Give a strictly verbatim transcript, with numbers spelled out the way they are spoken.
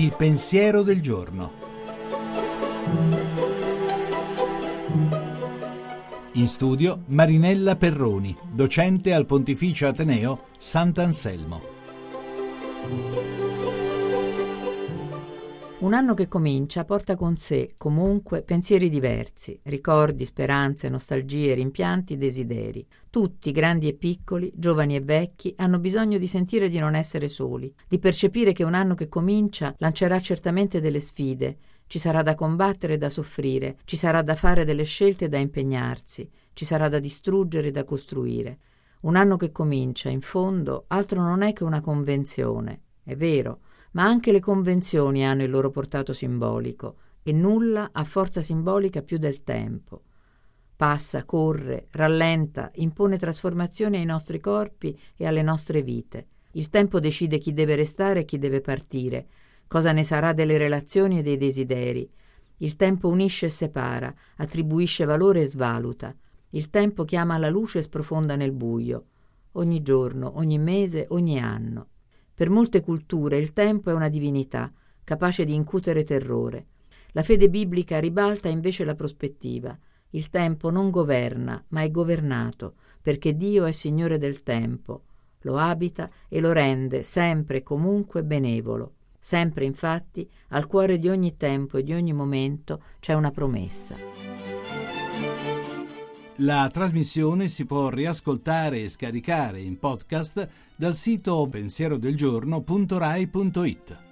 Il pensiero del giorno. In studio Marinella Perroni, docente al Pontificio Ateneo Sant'Anselmo. Un anno che comincia porta con sé, comunque, pensieri diversi, ricordi, speranze, nostalgie, rimpianti, desideri. Tutti, grandi e piccoli, giovani e vecchi, hanno bisogno di sentire di non essere soli, di percepire che un anno che comincia lancerà certamente delle sfide, ci sarà da combattere e da soffrire, ci sarà da fare delle scelte e da impegnarsi, ci sarà da distruggere e da costruire. Un anno che comincia, in fondo, altro non è che una convenzione, è vero, ma anche le convenzioni hanno il loro portato simbolico e nulla ha forza simbolica più del tempo. Passa, corre, rallenta, impone trasformazioni ai nostri corpi e alle nostre vite. Il tempo decide chi deve restare e chi deve partire, cosa ne sarà delle relazioni e dei desideri. Il tempo unisce e separa, attribuisce valore e svaluta. Il tempo chiama alla luce e sprofonda nel buio. Ogni giorno, ogni mese, ogni anno. Per molte culture il tempo è una divinità, capace di incutere terrore. La fede biblica ribalta invece la prospettiva. Il tempo non governa, ma è governato, perché Dio è Signore del tempo. Lo abita e lo rende sempre e comunque benevolo. Sempre, infatti, al cuore di ogni tempo e di ogni momento c'è una promessa. La trasmissione si può riascoltare e scaricare in podcast dal sito pensierodelgiorno punto rai punto it.